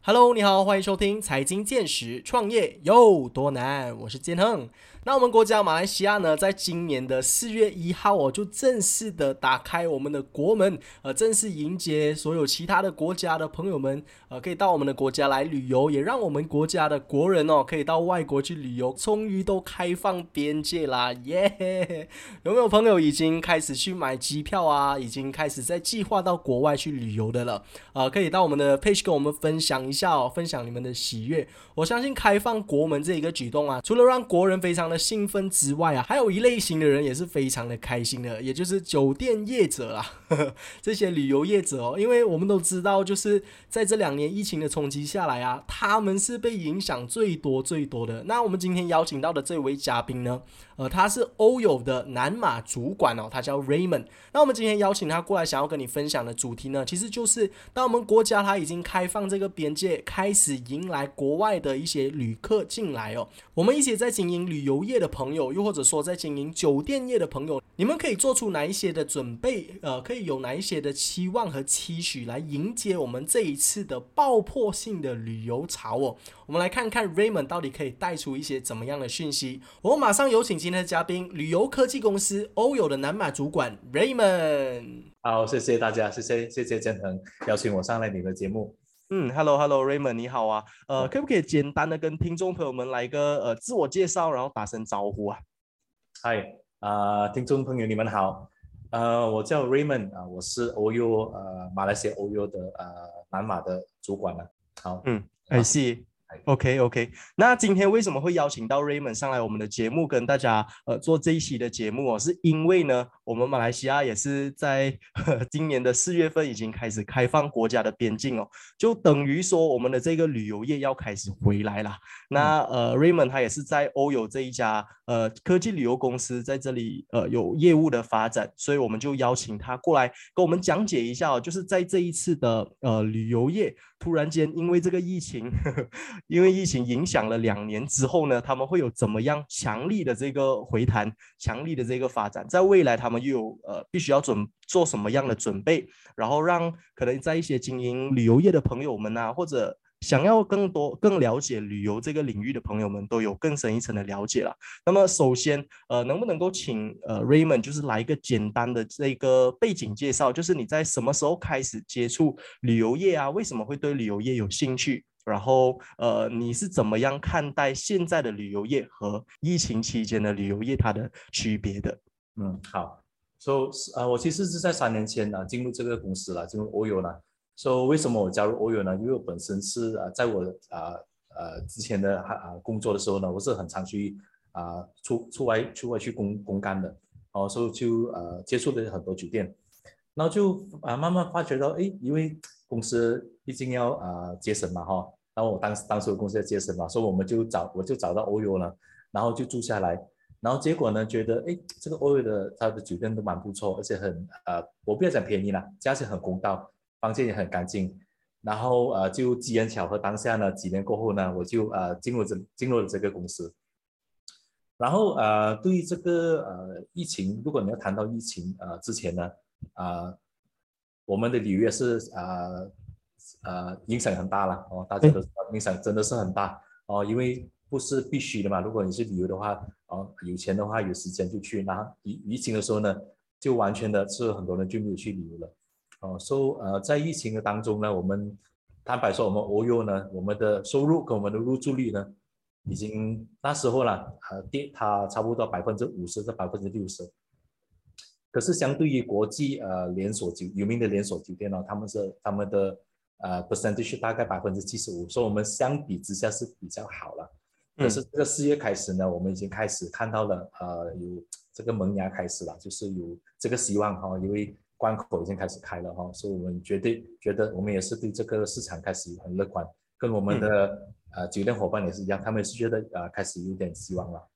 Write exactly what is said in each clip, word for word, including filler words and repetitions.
Hello，你好，欢迎收听财经见识，创业有多难？我是建亨。那我们国家马来西亚呢，在今年的四月一号哦，就正式的打开我们的国门，呃，正式迎接所有其他的国家的朋友们，呃，可以到我们的国家来旅游，也让我们国家的国人哦，可以到外国去旅游，终于都开放边界啦，耶、yeah! 有没有朋友已经开始去买机票啊？已经开始在计划到国外去旅游的了？呃，可以到我们的 page 跟我们分享一下哦，分享你们的喜悦。我相信开放国门这一个举动啊，除了让国人非常的兴奋之外啊，还有一类型的人也是非常的开心的，也就是酒店业者啦，呵呵，这些旅游业者哦，因为我们都知道，就是在这两年疫情的冲击下来啊，他们是被影响最多最多的。那我们今天邀请到的这位嘉宾呢，呃，他是欧友的南马主管哦，他叫 Raymond。那我们今天邀请他过来，想要跟你分享的主题呢，其实就是当我们国家它已经开放这个边界，开始迎来国外的一些旅客进来哦，我们一些在经营旅游业的朋友，又或者说在经营酒店业的朋友，你们可以做出哪一些的准备？呃，可以有哪一些的期望和期许来迎接我们这一次的爆破性的旅游潮哦？我们来看看 Raymond 到底可以带出一些怎么样的讯息。我们马上有请今天的嘉宾，旅游科技公司欧友的南马主管 Raymond。 好，谢谢大家，谢谢谢谢建恒邀请我上来你的节目。 嗯，Hello Hello Raymond 你好啊，呃，可不可以简单的跟听众朋友们来一个呃自我介绍，然后打声招呼啊？ 嗨，啊、听众朋友你们好，呃，我叫 Raymond 啊、我是 O U 呃马来西亚 O U 的呃南马的主管了。好， 嗯，I 马上 see。OK OK，那今天为什么会邀请到 Raymond 上来我们的节目，跟大家呃做这一期的节目哦？是因为呢，我们马来西亚也是在呵今年的四月份已经开始开放国家的边境哦，就等于说我们的这个旅游业要开始回来了。 嗯那呃，Raymond 他也是在欧友这一家呃科技旅游公司在这里呃有业务的发展，所以我们就邀请他过来跟我们讲解一下哦，就是在这一次的呃旅游业突然间因为这个疫情，呵呵因为疫情影响了两年之后呢，他们会有怎么样强力的这个回弹，强力的这个发展，在未来他们又有呃必须要准做什么样的准备，然后让可能在一些经营旅游业的朋友们啊，或者想要更多、更了解旅游这个领域的朋友们，都有更深一层的了解了。那么，首先，呃，能不能够请呃 Raymond 就是来一个简单的这个背景介绍，就是你在什么时候开始接触旅游业啊？为什么会对旅游业有兴趣？然后，呃，你是怎么样看待现在的旅游业和疫情期间的旅游业它的区别的？ 嗯，好，so 呃我其实是在三年前呢、进入这个公司了，进入 O U 了。so 为什么我加入 O U 呢？因为我本身是呃在我啊呃呃之前的啊、呃、工作的时候呢，我是很常去啊、呃、出出外出外去公公干的，哦，所以就呃接触了很多酒店。然后就啊、呃慢慢发觉到，哎，因为公司毕竟要啊、呃节省嘛哈，然后我当时当时的公司要节省嘛，所以我们就找我就找到 O U 了，然后就住下来。然后结果呢，觉得哎，这个 O U 的它的酒店都蛮不错，而且很呃，我不要讲便宜啦，价钱很公道，房间也很干净。然后呃，就机缘巧合当下呢，几年过后呢，我就呃进入这进入了这个公司。然后呃，对于这个呃疫情，如果你要谈到疫情呃之前呢，啊、呃，我们的旅游是呃呃影响很大了哦，大家哎， 都知道影响真的是很大哦，因为不是必须的嘛，如果你是旅游的话，哦有钱的话有时间就去，然后疫疫情的时候呢，就完全的是很多人就没有去旅游了哦，所以呃在疫情的当中呢，我们坦白说我们 O U 呢，我们的收入跟我们的入住率呢。已经那时候啦，呃，跌它差不多百分之五十到百分之六十。可是相对于国际呃连锁酒有名的连锁酒店呢、哦，他们是他们的呃 percentage 大概百分之七十五，所以我们相比之下是比较好了。可是嗯这个四月开始呢，我们已经开始看到了呃有这个萌芽开始了，就是有这个希望哈、哦，因为关口已经开始开了哈、哦，所以我们绝对觉得我们也是对这个市场开始很乐观，跟我们嗯。 的呃酒店伙伴也是一样，他们也是觉得呃开始有点希望了。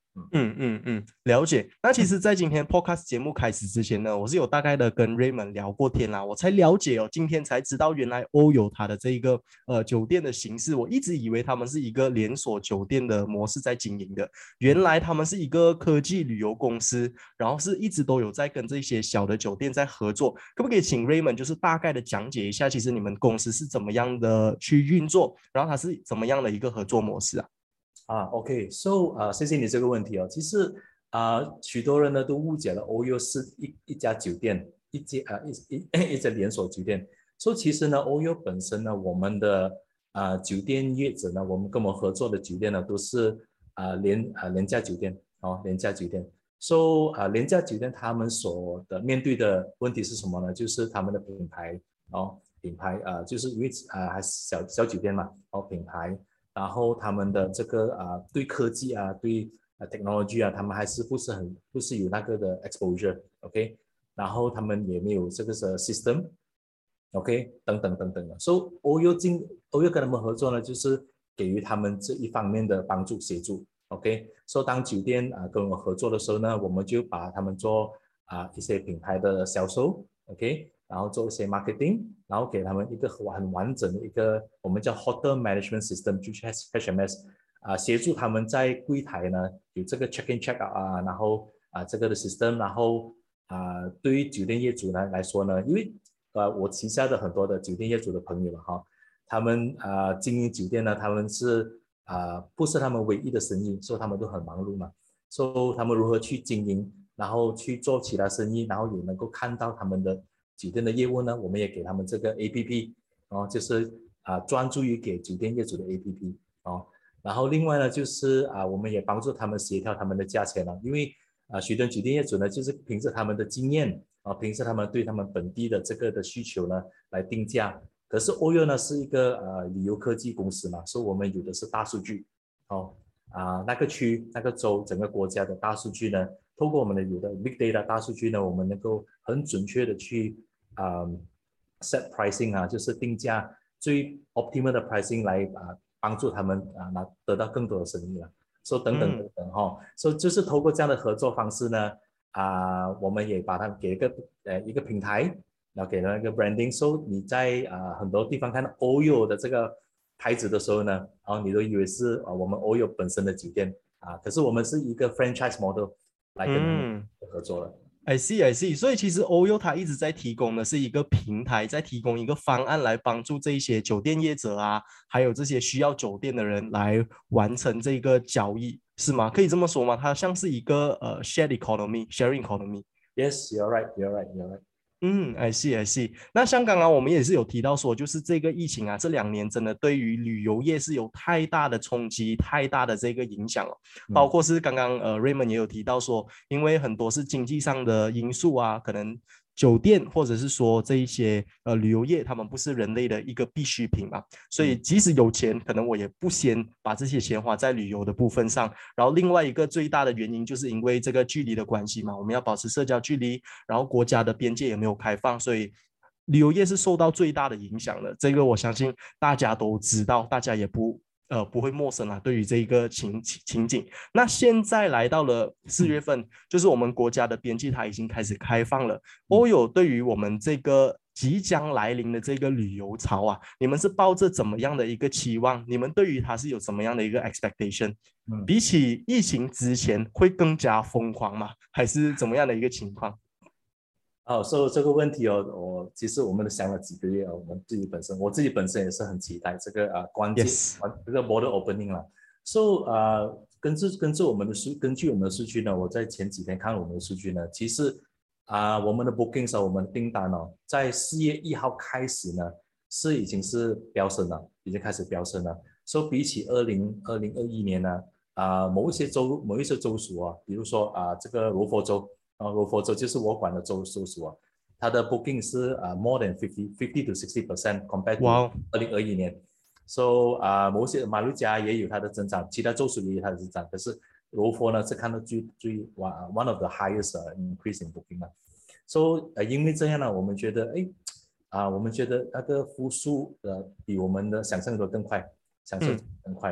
嗯嗯嗯，了解。那其实，在今天 podcast 节目开始之前呢，我是有大概的跟 Raymond 聊过天啦，我才了解哦，今天才知道原来欧游它的这一个呃酒店的形式，我一直以为他们是一个连锁酒店的模式在经营的，原来他们是一个科技旅游公司，然后是一直都有在跟这些小的酒店在合作。可不可以请 Raymond 就是大概的讲解一下，其实你们公司是怎么样的去运作，然后它是怎么样的一个合作模式啊？ 啊，OK，so 啊，谢谢你这个问题哦。其实啊，许多人呢都误解了 O U 是一一家酒店，一间啊一一一家连锁酒店。所以其实呢，O U 本身呢，我们的啊酒店业者呢，我们跟我们合作的酒店呢，都是啊廉啊廉价酒店哦，廉价酒店。So 啊廉价酒店他们所的面对的问题是什么呢？就是他们的品牌哦，品牌啊，就是因为啊还是小小酒店嘛，哦品牌。然后他们的这个啊，对科技啊，对啊 technology 啊，他们还是不是很不是有那个的 exposure，OK，、okay? 然后他们也没有这个是 system，OK，、okay? 等等等等的，所以 O U 进 O U 跟他们合作呢，就是给予他们这一方面的帮助协助，OK，所以当酒店啊跟我们合作的时候呢，我们就把他们做啊一些品牌的销售，OK。然后做一些 marketing，然后给他们一个很完整的一个我们叫 hotel management system，就是 H M S 啊，协助他们在柜台呢有这个 check in check out 啊，然后啊这个的 system，然后啊对于酒店业主呢来说呢，因为呃我旗下的很多的酒店业主的朋友了哈，他们啊经营酒店呢，他们是啊不是他们唯一的生意，所以他们都很忙碌嘛，所以他们如何去经营，然后去做其他生意，然后也能够看到他们的酒店的业务呢，我们也给他们这个 A P P， 哦，就是啊专注于给酒店业主的 A P P， 哦，然后另外呢就是啊我们也帮助他们协调他们的价钱了，因为啊许多酒店业主呢就是凭着他们的经验啊，凭着他们对他们本地的这个的需求呢来定价。可是 O U 呢是一个呃旅游科技公司嘛，所以我们有的是大数据，哦啊那个区那个州整个国家的大数据呢，透过我们的有的 big data 大数据呢，我们能够很准确的去啊、um, set pricing 啊，就是定价最 optimal 的 pricing 来啊帮助他们啊拿得到更多的生意了。说、so, 等等等等哈、哦，所、so, 以就是透过这样的合作方式呢，啊，我们也把它给一个呃一个平台，然后给了一个 branding， so 你在啊很多地方看到 O U 的这个牌子的时候呢，然后你都以为是啊我们 O U 本身的酒店啊，可是我们是一个 franchise model 来跟他们嗯。 合作的。 I see, I see。所以其实 O U 它一直在提供的是一个平台，在提供一个方案来帮助这一些酒店业者啊，还有这些需要酒店的人来完成这个交易，是吗？可以这么说吗？它像是一个呃 shared economy, sharing economy。 Yes, you're right, you're right, you're right。 嗯，I see, I see。那像刚刚我们也是有提到说，就是这个疫情啊，这两年真的对于旅游业是有太大的冲击，太大的这个影响了。包嗯括是刚刚呃 Raymond 也有提到说，因为很多是经济上的因素啊，可能酒店或者是说这一些呃旅游业，他们不是人类的一个必需品嘛，所以嗯即使有钱，可能我也不先把这些钱花在旅游的部分上。然后另外一个最大的原因，就是因为这个距离的关系嘛，我们要保持社交距离，然后国家的边界也没有开放，所以旅游业是受到最大的影响的。这个我相信大家都知道，大家也不呃不会陌生啊。对于这一个情情景，那现在来到了四月份，就是我们国家的边界它已经开始开放了。欧友对于我们这个即将来临的这个旅游潮啊，你们是抱着怎么样的一个期望？你们对于它是有什么样的一个 expectation？ 嗯。 比起疫情之前会更加疯狂吗？还是怎么样的一个情况？ 哦，所以这个问题哦，我其实我们都想了几个月哦，我们自己本身，我自己本身也是很期待这个啊关键 Yes， 这个 border opening 了。So 啊，根据根据我们的数，根据我们的数据呢，我在前几天看了我们的数据呢，其实啊我们的 bookings 啊，我们的订单哦，在四月一号开始呢，是已经是飙升了，已经开始飙升了。So 比起二零二零二一年呢，啊某一些州某一些州属啊，比如说啊这个罗佛州。啊，罗佛州就是我管的州州属啊，它的 booking 是啊、uh, more than fifty fifty to sixty percent compared 哇 to 哦， 二零二一年。So 啊、uh,，某些马六甲也有它的增长，其他州属也有它的增长，可是罗佛呢是看到最最 one one of the highest、uh, increase in booking 啊。So 呃，因为这样呢，我们觉得哎啊、呃，我们觉得那个复苏呃比我们的想象的更快，想象嗯更快。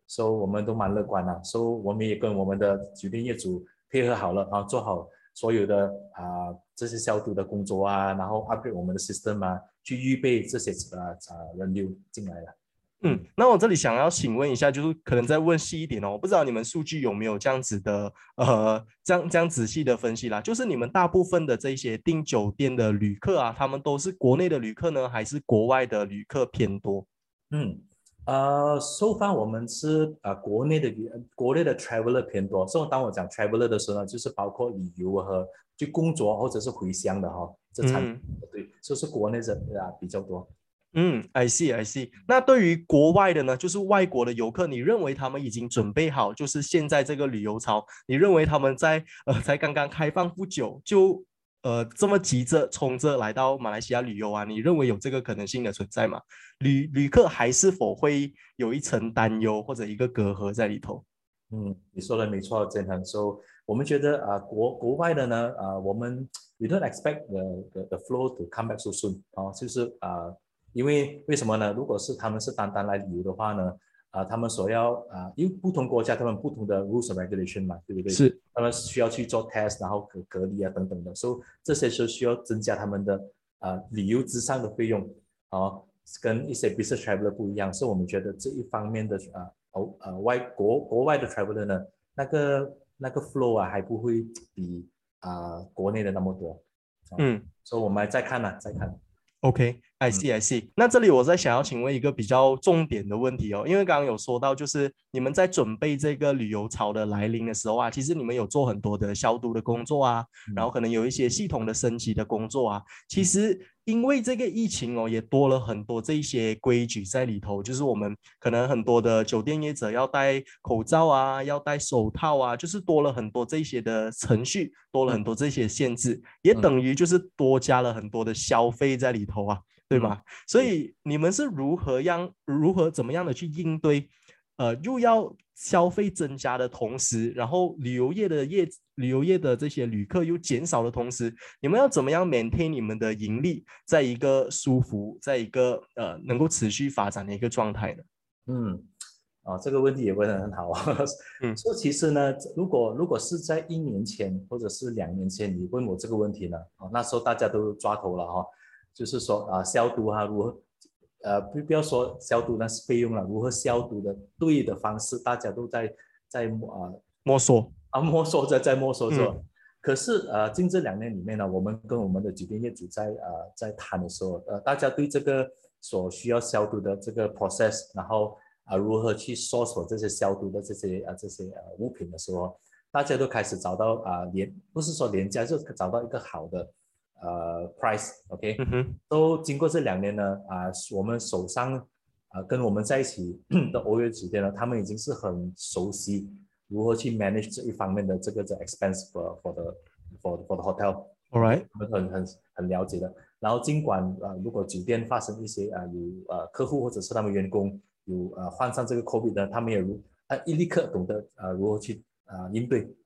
所以我们都蛮乐观的，所以我们也跟我们的酒店业主配合好了啊，做好所有的啊、呃、这些消毒的工作啊，然后 upgrade 我们的 system 啊，去预备这些呃呃人流进来了。 嗯，那我这里想要请问一下，就是可能再问细一点哦，我不知道你们数据有没有这样子的，呃，这样这样仔细的分析啦。就是你们大部分的这些订酒店的旅客啊，他们都是国内的旅客呢，还是国外的旅客偏多？ 嗯，呃，so far 我们是呃国内的国内的 traveler 偏多，所以当我讲 traveler 的时候呢，就是包括旅游和去工作或者是回乡的哈、哦，这产嗯对，所以是国内的啊比较多。 嗯，I see I see。那对于国外的呢，就是外国的游客，你认为他们已经准备好，就是现在这个旅游潮，你认为他们在呃才刚刚开放不久就呃这么急着冲着来到马来西亚旅游啊？你认为有这个可能性的存在吗？旅旅客还是否会有一层担忧或者一个隔阂在里头？ 嗯，你说的没错，真恒。So 我们觉得啊、呃国国外的呢，啊、呃我们 we don't expect the the, the flow to come back so soon 啊、就是啊、呃因为为什么呢？如果是他们是单单来旅游的话呢，啊、呃他们所要啊、呃因为不同国家他们不同的 rules and regulation 嘛，对不对？ 是， 他们需要去做 test，然后隔隔离啊等等的，所以这些是需要增加他们的啊、呃旅游之上的费用啊、跟一些 business traveler 不一样，所以我们觉得这一方面的啊。哦呃外国国外的 traveler 呢，那个那个 flow 啊还不会比啊、呃国内的那么多，哦， 嗯。 所以我们再看呢、啊，再看， OK，I see I see。那这里我再想要请问一个比较重点的问题哦，因为刚刚有说到，就是你们在准备这个旅游潮的来临的时候啊，其实你们有做很多的消毒的工作啊，然后嗯可能有一些系统的升级的工作啊。其嗯实因为这个疫情哦，也多了很多这一些规矩在里头，就是我们可能很多的酒店业者要戴口罩啊，要戴手套啊，就是多了很多这些的程序，多了很嗯多这些限制，也嗯等于就是多加了很多的消费在里头啊。对嗯， 吧？所以你们是如何样如何怎么样的去应对？呃，又要消费增加的同时，然后旅游业的业旅游业的这些旅客又减少的同时，你们要怎么样 maintain 你们的盈利，在一个舒服，在一个呃能够持续发展的一个状态呢？ 嗯，啊，这个问题也问得很好啊。 嗯说其实呢，如果如果是在一年前或者是两年前你问我这个问题呢，啊，那时候大家都抓头了哈、哦，就是说啊，消毒啊，如何呃不不要说消毒那是费用了，如何消毒的对的方式，大家都在在啊摸索， 啊摸索着，在摸索着。 嗯可是呃，近这两年里面呢，我们跟我们的酒店业主在呃在谈的时候，呃，大家对这个所需要消毒的这个 process，然后啊、呃、如何去搜索这些消毒的这些啊、呃、这些呃物品的时候，大家都开始找到啊、呃、廉，不是说廉价，就找到一个好的呃 price，OK，、 嗯哼都经过这两年呢啊、呃，我们手上啊、呃、跟我们在一起的欧约酒店呢，他们已经是很熟悉如何去 manage 这一方面的这个这 expense for for the for for the hotel，OK，、 ，all right， 他们很很很了解的。然后尽管啊、呃，如果酒店发生一些啊、呃、有呃客户或者是他们员工有呃患上这个 COVID 呢，他们也如啊一立刻懂得啊、呃、如何去啊、呃、应对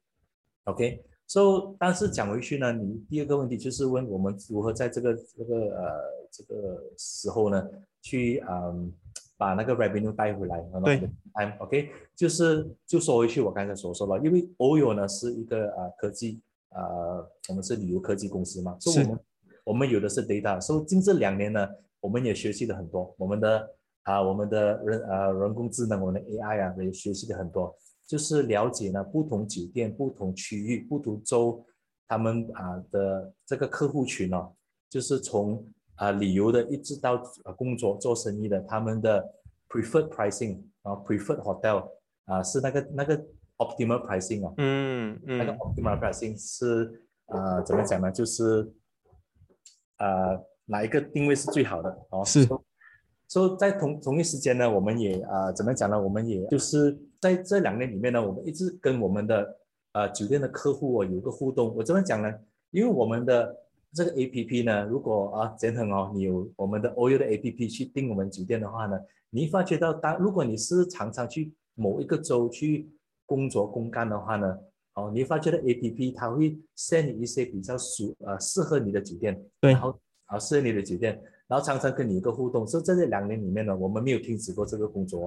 ，OK。So，但是讲回去呢，你第二个问题就是问我们如何在这个这个呃这个时候呢，去嗯把那个 revenue 带回来，然后 at 对， the time OK，就是就说回去我刚才所说了，因为 O Y O 呢是一个呃科技呃我们是旅游科技公司嘛，所以我是， 们我们有的是 data，所以近这两年呢，我们也学习了很多，我们的啊我们的人呃人工智能，我们的 A I 啊也学习了很多。就是了解呢不同酒店、不同区域、不同州他们啊的这个客户群哦，就是从啊旅游的一直到啊工作做生意的，他们的 preferred pricing 啊 preferred hotel 啊是那个那个 optimal pricing 哦，那个嗯嗯， optimal pricing 是啊怎么讲呢？就是啊哪一个定位是最好的哦。 是， So, 所以在同同一时间呢，我们也啊、呃、怎么讲呢？我们也就是在这两年里面呢，我们一直跟我们的呃酒店的客户哦有一个互动。我怎么讲呢？因为我们的这个 A P P 呢，如果啊简恒哦，你有我们的 O Y O 的 A P P 去订我们酒店的话呢，你发觉到当如果你是常常去某一个州去工作公干的话呢，哦，你发觉到 A P P 它会 send 你一些比较属呃适合你的酒店，然对， 后啊适合你的酒店。然后常常跟你一个互动，所以在这两年里面呢，我们没有停止过这个工作。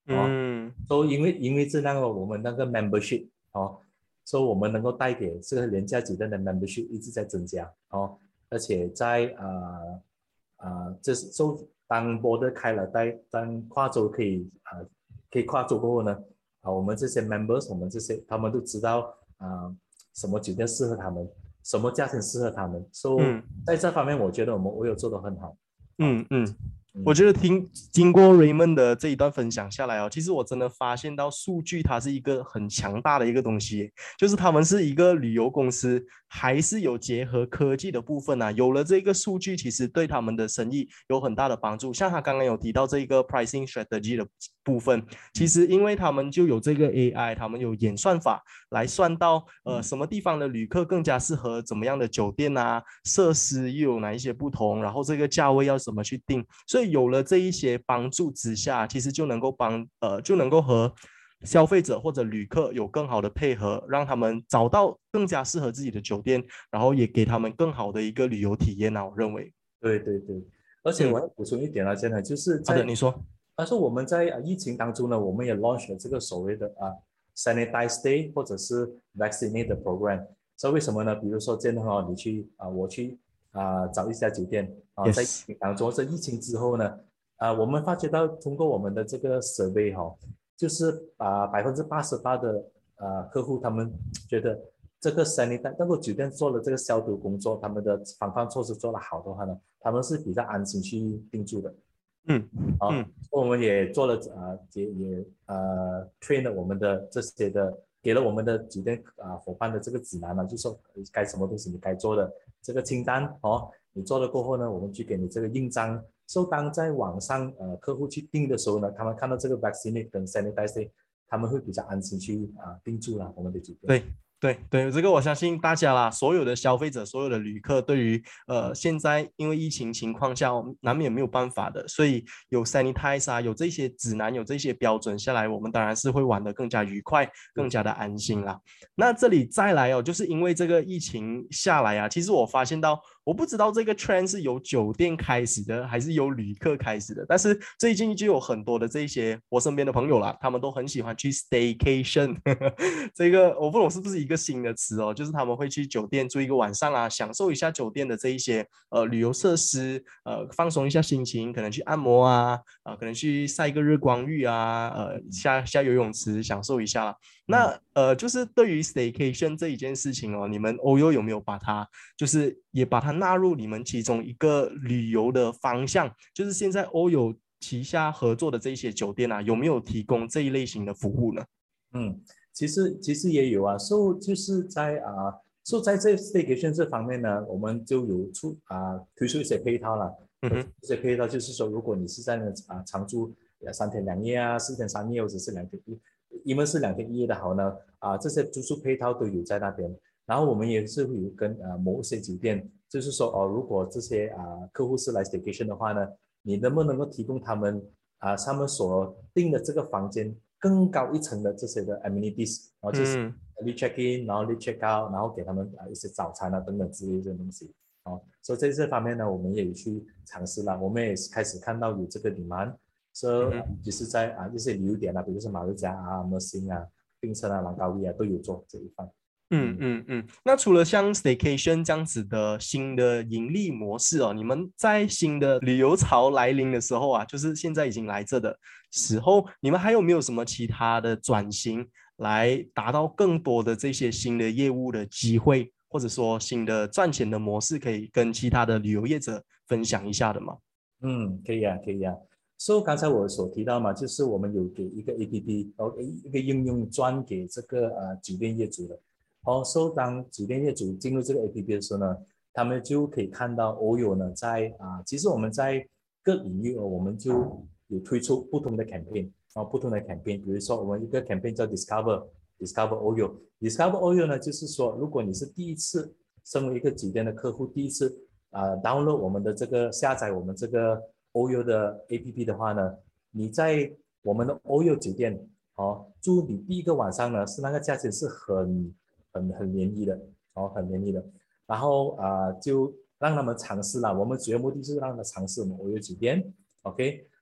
哦， 嗯所、so, 以因为因为这样哦，我们那个 membership 哦，所、so, 以我们能够带给这个廉价酒店的 membership 一直在增加哦，而且在啊啊，这是 so 当 border 开了，当当跨州可以啊、呃、可以跨州过后呢，啊，我们这些 members， 我们这些他们都知道啊什么酒店适合他们，什么价钱适合他们，所、so, 嗯在这方面我觉得我们我有做得很好，好、哦， 嗯嗯，我嗯觉得听经过 Raymond 的这一段分享下来哦，其实我真的发现到数据它是一个很强大的一个东西，就是他们是一个旅游公司，还是有结合科技的部分啊。有了这个数据，其实对他们的生意有很大的帮助。像他刚刚有提到这个 pricing strategy 的部分，其嗯实因为他们就有这个 A I，他们有演算法来算到呃什么地方的旅客更加适合怎么样的酒店啊，设施又有哪一些不同，然后这个价位要怎么去定。所以有了这一些帮助之下，其实就能够帮呃就能够和消费者或者旅客有更好的配合，让他们找到更加适合自己的酒店，然后也给他们更好的一个旅游体验啊。我认为， 对对对，而且我嗯， 要补充一点啊，真的就是好的， 在， 你说， 但是我们在啊疫情当中呢，我们也 launch 了这个所谓的啊 sanitize day 或者是 vaccinate 的 program。所以为什么呢？比如说真的哦，你去啊，我去啊找一家酒店啊，在疫 yes， 情当中，在疫情之后呢，啊，我们发觉到通过我们的这个 survey 哈、哦，就是啊百分之八十八的啊客户他们觉得。这个 sanitize 那个酒店做了这个消毒工作，他们的防范措施做得好的话呢，他们是比较安心去定住的。 嗯啊， 嗯我们也做了啊，也也呃 train 了我们的这些的，给了我们的酒店啊伙伴的这个指南呢，就说该什么东西你该做的这个清单哦，你做了过后呢，我们就给你这个印章。so 当在网上呃客户去订的时候呢，他们看到这个 vaccinate 跟 sanitize，他们会比较安心去啊订住了我们的酒店。 对对对，这个我相信大家啦，所有的消费者，所有的旅客，对于呃现在因为疫情情况下，难免没有办法的，所以有 sanitize 啊，有这些指南，有这些标准下来，我们当然是会玩得更加愉快，更加的安心啦。那这里再来哦，就是因为这个疫情下来啊，其实我发现到，我不知道这个 trend 是由酒店开始的，还是由旅客开始的，但是最近就有很多的这些我身边的朋友啦，他们都很喜欢去 staycation，这个我不懂是不是一个新的词哦，就是他们会去酒店住一个晚上啊，享受一下酒店的这一些呃旅游设施，呃放松一下心情，可能去按摩啊，呃可能去晒一个日光浴啊，呃下下游泳池享受一下啦。 嗯。 那呃，就是对于 staycation 这一件事情哦，你们 O U 有没有把它，就是也把它纳入你们其中一个旅游的方向？就是现在 O U 旗下合作的这些酒店啊，有没有提供这一类型的服务呢？ 嗯，其实其实也有啊，so 就是在啊，so 在这 staycation 这方面呢，我们就有出啊推出一些配套了。 嗯哼， 这些配套就是说，如果你是在那啊长住三天两夜啊、四天三夜或者是两天一，因为是两天一夜的好呢，啊这些住宿配套都有在那边。然后我们也是会有跟啊某一些酒店，就是说哦，如果这些啊客户是来 staycation 的话呢，你能不能够提供他们啊他们所订的这个房间更高一层的这些的 amenities，然后就是嗯 early check in，然后 late check out，然后给他们啊一些早餐啊等等之类的这些东西。哦，所以在这方面呢，我们也有去尝试了，我们也开始看到有这个 demand，所以嗯哼。 就是在啊一些旅游点啊，比如说马六甲啊、摩星啊、槟城啊、兰高威啊都有做这一方。 嗯嗯。 嗯嗯，那除了像 staycation 这样子的新的盈利模式哦，你们在新的旅游潮来临的时候啊，就是现在已经来这的时候，你们还有没有什么其他的转型来达到更多的这些新的业务的机会，或者说新的赚钱的模式，可以跟其他的旅游业者分享一下的吗？ 嗯，可以啊，可以啊。所、so, 以刚才我所提到嘛，就是我们有给一个 A P P，然后一个应用专给这个呃酒店业主的。哦，所以当酒店业主进入这个 A P P 的时候呢，他们就可以看到偶有呢在啊，其实我们在各领域哦，我们就有推出不同的 campaign，然后不同的 campaign，比如说我们一个 campaign 叫 Discover Discover Oyo，Discover Oyo 呢，就是说如果你是第一次身为一个酒店的客户，第一次啊、呃、download 我们的这个下载我们这个 Oyo 的 A P P 的话呢，你在我们的 Oyo 酒店哦住你第一个晚上呢，是那个价钱是很很很便宜的哦，很便宜的。然后啊、呃就让他们尝试啦。我们主要目的是让他们尝试我们 Oyo 酒店，OK。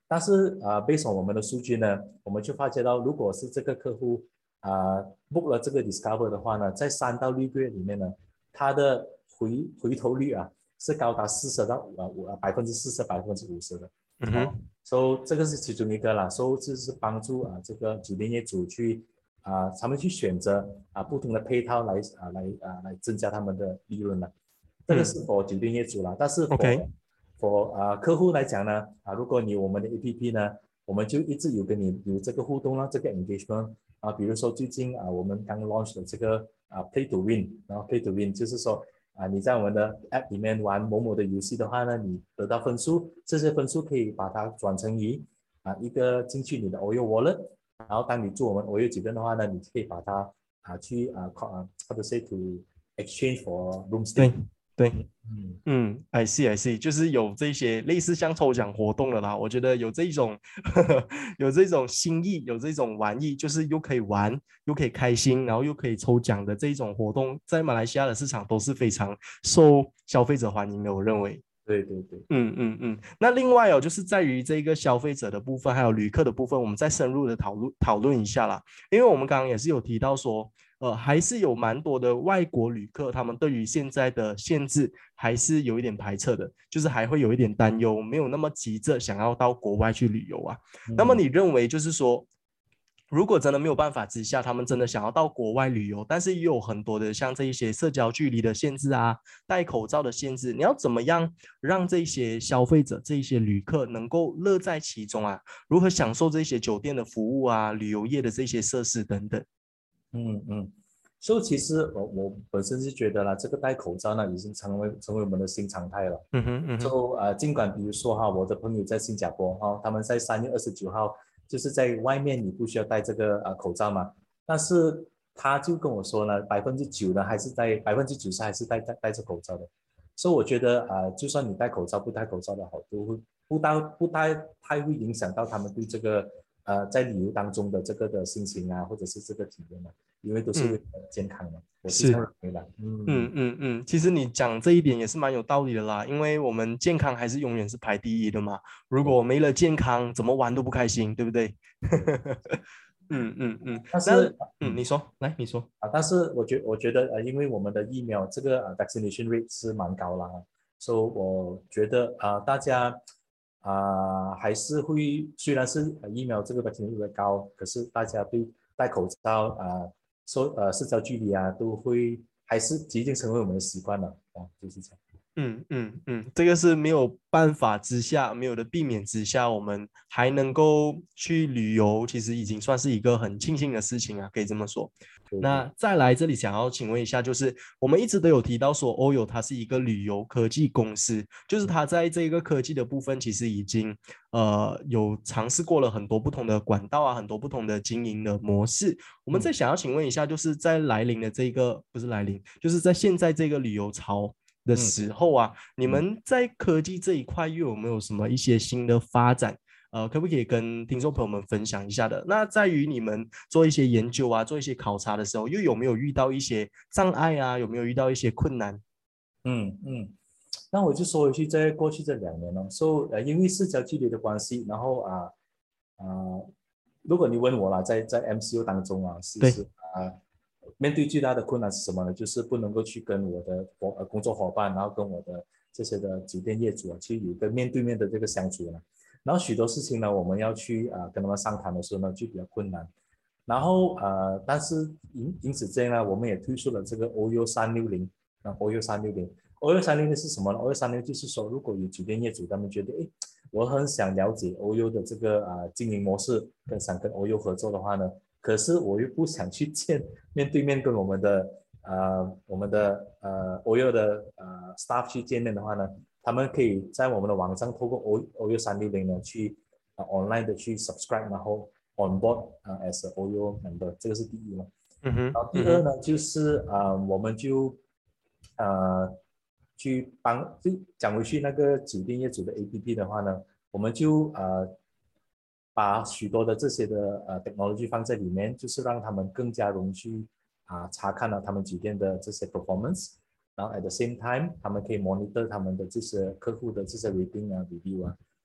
但是啊、呃、，based on 我们的数据呢，我们就发觉到，如果是这个客户啊、呃、book 了这个 Discover 的话呢，在三到六个月里面呢，他的回回头率啊是高达四十到呃五百分之四十百分之五十的。哦， 嗯哼， 所以这个是其中一个啦，所以这是帮助啊这个酒店业主去啊他们去选择啊不同的配套来啊来啊来增加他们的利润了。这个是嗯 for 酒店业主啦，但是 for ，OK， for 啊客户来讲呢啊，如果你有我们的 A P P 呢，我们就一直有跟你有这个互动啦，这个 engagement 啊，比如说最近啊我们刚 launch 的这个啊 Play to Win，然后 Play to Win 就是说啊你在我们的 App 里面玩某某的游戏的话呢，你得到分数，这些分数可以把它转成于啊一个进去你的 O Y O Wallet，然后当你住我们 O Y O 酒店的话呢，你可以把它啊去啊啊或者 say to exchange for room 对 stay。 对。 嗯嗯，I see I see，就是有这些类似像抽奖活动的啦。我觉得有这种有这种心意，有这种玩意，就是又可以玩，又可以开心，然后又可以抽奖的这种活动，在马来西亚的市场都是非常受消费者欢迎的。我认为。 对对对。 嗯嗯嗯，那另外哦，就是在于这个消费者的部分，还有旅客的部分，我们再深入的讨论讨论一下啦。因为我们刚刚也是有提到说，呃，还是有蛮多的外国旅客，他们对于现在的限制还是有一点排斥的，就是还会有一点担忧，没有那么急着想要到国外去旅游啊。那么嗯你认为就是说，如果真的没有办法之下，他们真的想要到国外旅游，但是也有很多的像这一些社交距离的限制啊，戴口罩的限制，你要怎么样让这些消费者、这些旅客能够乐在其中啊？如何享受这些酒店的服务啊、旅游业的这些设施等等？ 嗯嗯，所以其实我我本身是觉得啦，这个戴口罩呢已经成为成为我们的新常态了。 嗯哼嗯哼， 就呃，尽管比如说哈，我的朋友在新加坡哈，他们在三月二十九号就是在外面你不需要戴这个呃口罩嘛，但是他就跟我说呢，百分之九呢还是戴百分之九十还是戴戴戴着口罩的，所以我觉得啊、呃，就算你戴口罩不戴口罩的好，都会不戴不戴太会影响到他们对这个呃在旅游当中的这个的心情啊，或者是这个体验嘛，因为都是为嗯， 了健康嘛，我是这样是。 认为的。嗯嗯嗯嗯，其实你讲这一点也是蛮有道理的啦，因为我们健康还是永远是排第一的嘛。如果没了健康，怎么玩都不开心，对不对？ 对， 嗯嗯嗯，那但是嗯， 嗯。 你说，来，你说。 啊，但是我觉我觉得呃，因为我们的疫苗这个呃 vaccination rate 是蛮高啦，所以我觉得啊、呃，大家啊、呃还是会虽然是呃疫苗这个 vaccination rate 高，可是大家对戴口罩啊、社呃社交距离啊都会还是已经成为我们的习惯了啊，就是这样。 嗯嗯嗯，这个是没有办法之下，没有的避免之下，我们还能够去旅游，其实已经算是一个很庆幸的事情啊，可以这么说。 对对。 那再来这里想要请问一下，就是我们一直都有提到说，欧游它是一个旅游科技公司，就是它在这个科技的部分，其实已经呃有尝试过了很多不同的管道啊，很多不同的经营的模式。我们再嗯想要请问一下，就是在来临的这个不是来临，就是在现在这个旅游潮的嗯时候啊，你嗯。 们在科技这一块又有没有什么一些新的发展？呃，可不可以跟听众朋友们分享一下的？那在于你们做一些研究啊，做一些考察的时候，又有没有遇到一些障碍啊？有没有遇到一些困难？ 嗯嗯，那我就说回去，在过去这两年呢，so 呃，因为社交距离的关系，然后啊啊、呃如果你问我啦，在在 M C U 当中啊，其实对， 啊、面对最大的困难是什么呢？就是不能够去跟我的伙呃工作伙伴，然后跟我的这些的酒店业主啊，去有一个面对面的这个相处呢。然后许多事情呢，我们要去啊、呃跟他们商谈的时候呢，就比较困难。然后呃，但是因因此这样呢，我们也推出了这个 O U 三六零啊，O U 三六零，O U 三六零是什么呢？O U 三六零就是说，如果有酒店业主他们觉得，诶，我很想了解 O U 的这个啊、呃、经营模式，跟想跟 O U 合作的话呢，可是我又不想去见面对面跟我们的呃我们的呃 O U 的呃 staff 去见面的话呢，他们可以在我们的网上透过 O O U 三六零呢去啊、呃、online 的去 subscribe，然后 on board 啊、呃、as a O U member，这个是第一嘛。 嗯哼， 然后第嗯哼， 二呢，就是啊、呃我们就呃去帮就讲回去那个酒店业主的 A P P 的话呢，我们就呃把许多的这些的呃 technology 放在里面，就是让他们更加容易去啊、查看了他们酒店的这些 performance，然后 at the same time，他们可以 monitor 他们的这些客户的这些 rating 啊 review 啊，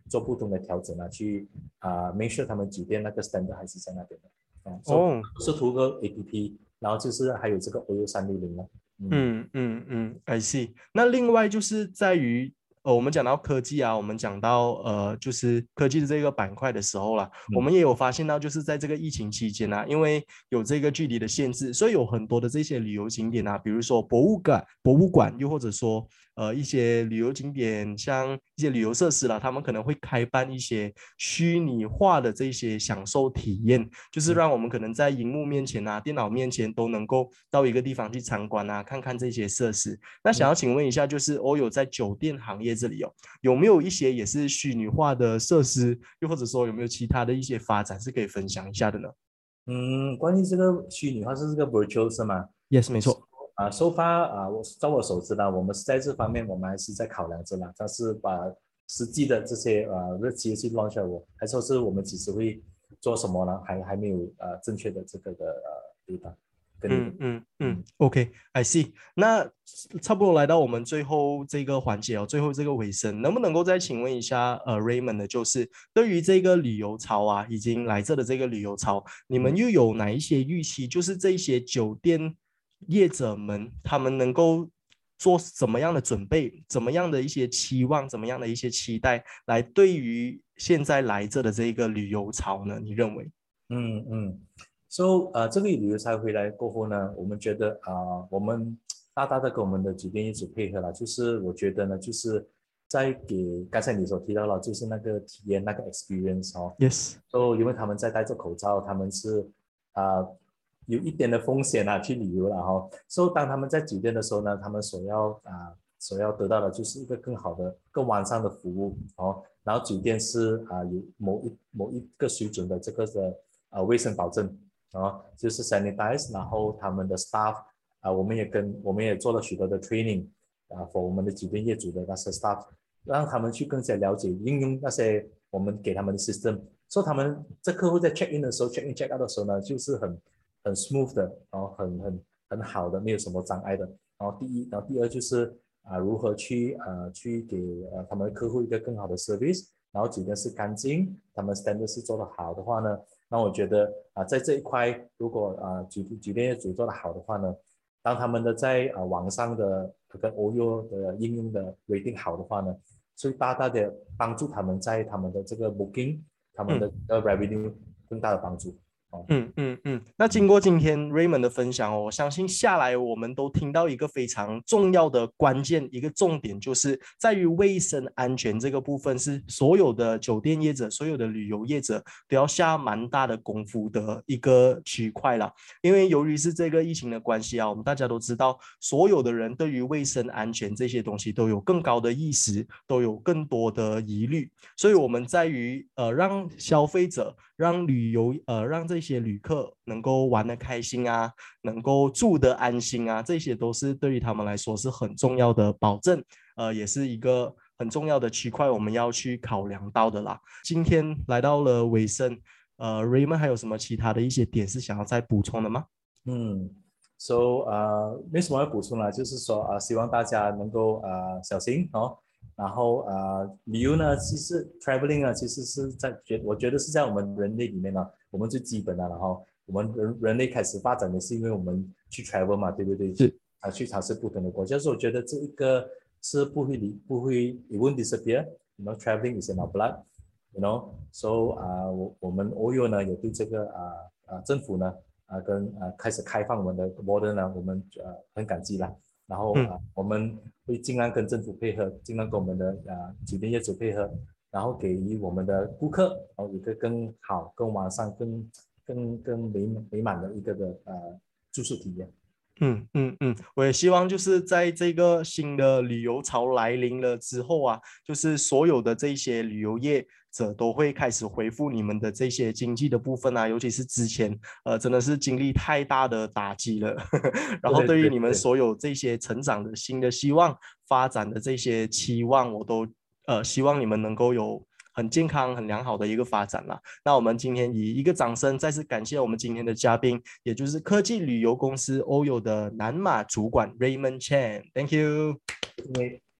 做不同的调整啊，去啊、呃、make sure 他们酒店那个 standard 还是在那边的啊，所哦， 以是图个 A P P，然后就是还有这个 O U 三六零了，嗯嗯嗯嗯，I see。那另外就是在于，呃，我们讲到科技啊，我们讲到呃，就是科技的这个板块的时候啦，我嗯们也有发现到，就是在这个疫情期间啊，因为有这个距离的限制，所以有很多的这些旅游景点啊，比如说博物馆、博物馆，又或者说呃一些旅游景点，像一些旅游设施啦，他们可能会开办一些虚拟化的这些享受体验，就是嗯让我们可能在荧幕面前啊、电脑面前都能够到一个地方去参观啊，看看这些设施。那想嗯。 要请问一下，就是欧有在酒店行业这里哦，有没有一些也是虚拟化的设施，又或者说有没有其他的一些发展是可以分享一下的呢嗯，关于这个虚拟化是这个 virtual 是吗？ ？Yes，没错。 啊，so far 啊，我照我所知呢，我们是在这方面我们还是在考量着啦，但是把实际的这些呃日期去 launch 了我，还说是我们几时会做什么呢？还还没有呃正确的这个的呃 data 跟你的嗯嗯嗯嗯 ，OK，I see。那差不多来到我们最后这个环节哦，最后这个尾声，能不能够再请问一下呃 Raymond 的，就是对于这个旅游潮啊，已经来这的这个旅游潮，你们嗯又有哪一些预期？就是这一些酒店业者们，他们能够做怎么样的准备，怎么样的一些期望，怎么样的一些期待，来对于现在来这的这个旅游潮呢？你认为？ 嗯嗯，so 呃这个旅游才回来过后呢，我们觉得啊、呃我们大大的跟我们的酒店业主配合了，就是我觉得呢，就是在给刚才你所提到了，就是那个体验那个 experience 哦， Yes， so 因为他们在戴着口罩，他们是啊、呃有一点的风险啊去旅游了哈、哦，所、so, 以当他们在酒店的时候呢，他们所要啊、呃所要得到的就是一个更好的、更完善的服务哦，然后酒店是啊、呃有某一某一个水准的这个的啊、呃卫生保证啊，就是 sanitize，然后他们的 staff 啊、呃，我们也跟我们也做了许多的 training 啊，for 我们的酒店业主的那些 staff，让他们去更加了解应用那些我们给他们的 system，所以他们这客户在 check in 的时候，check in check out 的时候呢，就是很很 smooth 的，然后很很很好的，没有什么障碍的。然后第一，然后第二就是啊、呃如何去呃去给呃他们的客户一个更好的 service，然后酒店是干净，他们 standard 是做得好的话呢，那我觉得啊、呃在这一块如果啊、呃、酒酒店业主做得好的话呢，当他们的在啊、呃网上的跟 O U 的应用的 rating 好的话呢，所以大大的帮助他们在他们的这个 booking，他们的嗯。 呃 revenue 更大的帮助哦。 嗯嗯嗯，那经过今天 Raymond 的分享哦，我相信下来我们都听到一个非常重要的关键，一个重点，就是在于卫生安全这个部分，是所有的酒店业者、所有的旅游业者都要下蛮大的功夫的一个区块啦。因为由于是这个疫情的关系啊，我们大家都知道，所有的人对于卫生安全这些东西都有更高的意识，都有更多的疑虑，所以我们在于呃让消费者。让旅游呃让这些旅客能够玩得开心啊，能够住得安心啊，这些都是对于他们来说是很重要的保证，呃，也是一个很重要的区块，我们要去考量到的啦。今天来到了尾声，呃，Raymond 还有什么其他的一些点是想要再补充的吗？ 嗯，so 呃，没什么要补充了，就是说啊、呃，希望大家能够呃小心哦。然后呃，旅游呢，其实 traveling 啊，其实是在觉，我觉得是在我们人类里面呢，我们最基本的。然后我们人人类开始发展的是因为我们去 travel 嘛，对不对？ 是， 啊，去尝试不同的国家，所以我觉得这一个是不会离，不会 it won't disappear。You know, traveling is in our blood. You know, so 啊、呃，我我们 O U 呢也对这个啊啊、呃、政府呢。啊，跟啊开始开放我们的 border 呢，我们呃很感激啦。然后啊， 嗯。 我们会尽量跟政府配合，尽量跟我们的啊酒店业主配合，然后给予我们的顾客然后一个更好、更完善、更更更美美满的一个的呃住宿体验。 嗯嗯嗯，我也希望就是在这个新的旅游潮来临了之后啊，就是所有的这些旅游业者都会开始恢复你们的这些经济的部分啊，尤其是之前呃真的是经历太大的打击了，然后对对对于你们对对， 所有这些成长的新的希望、发展的这些期望，我都呃希望你们能够有很健康、很良好的一个发展啦。那我们今天以一个掌声再次感谢我们今天的嘉宾，也就是科技旅游公司欧游的南马主管 Raymond Chan，Thank you。 因为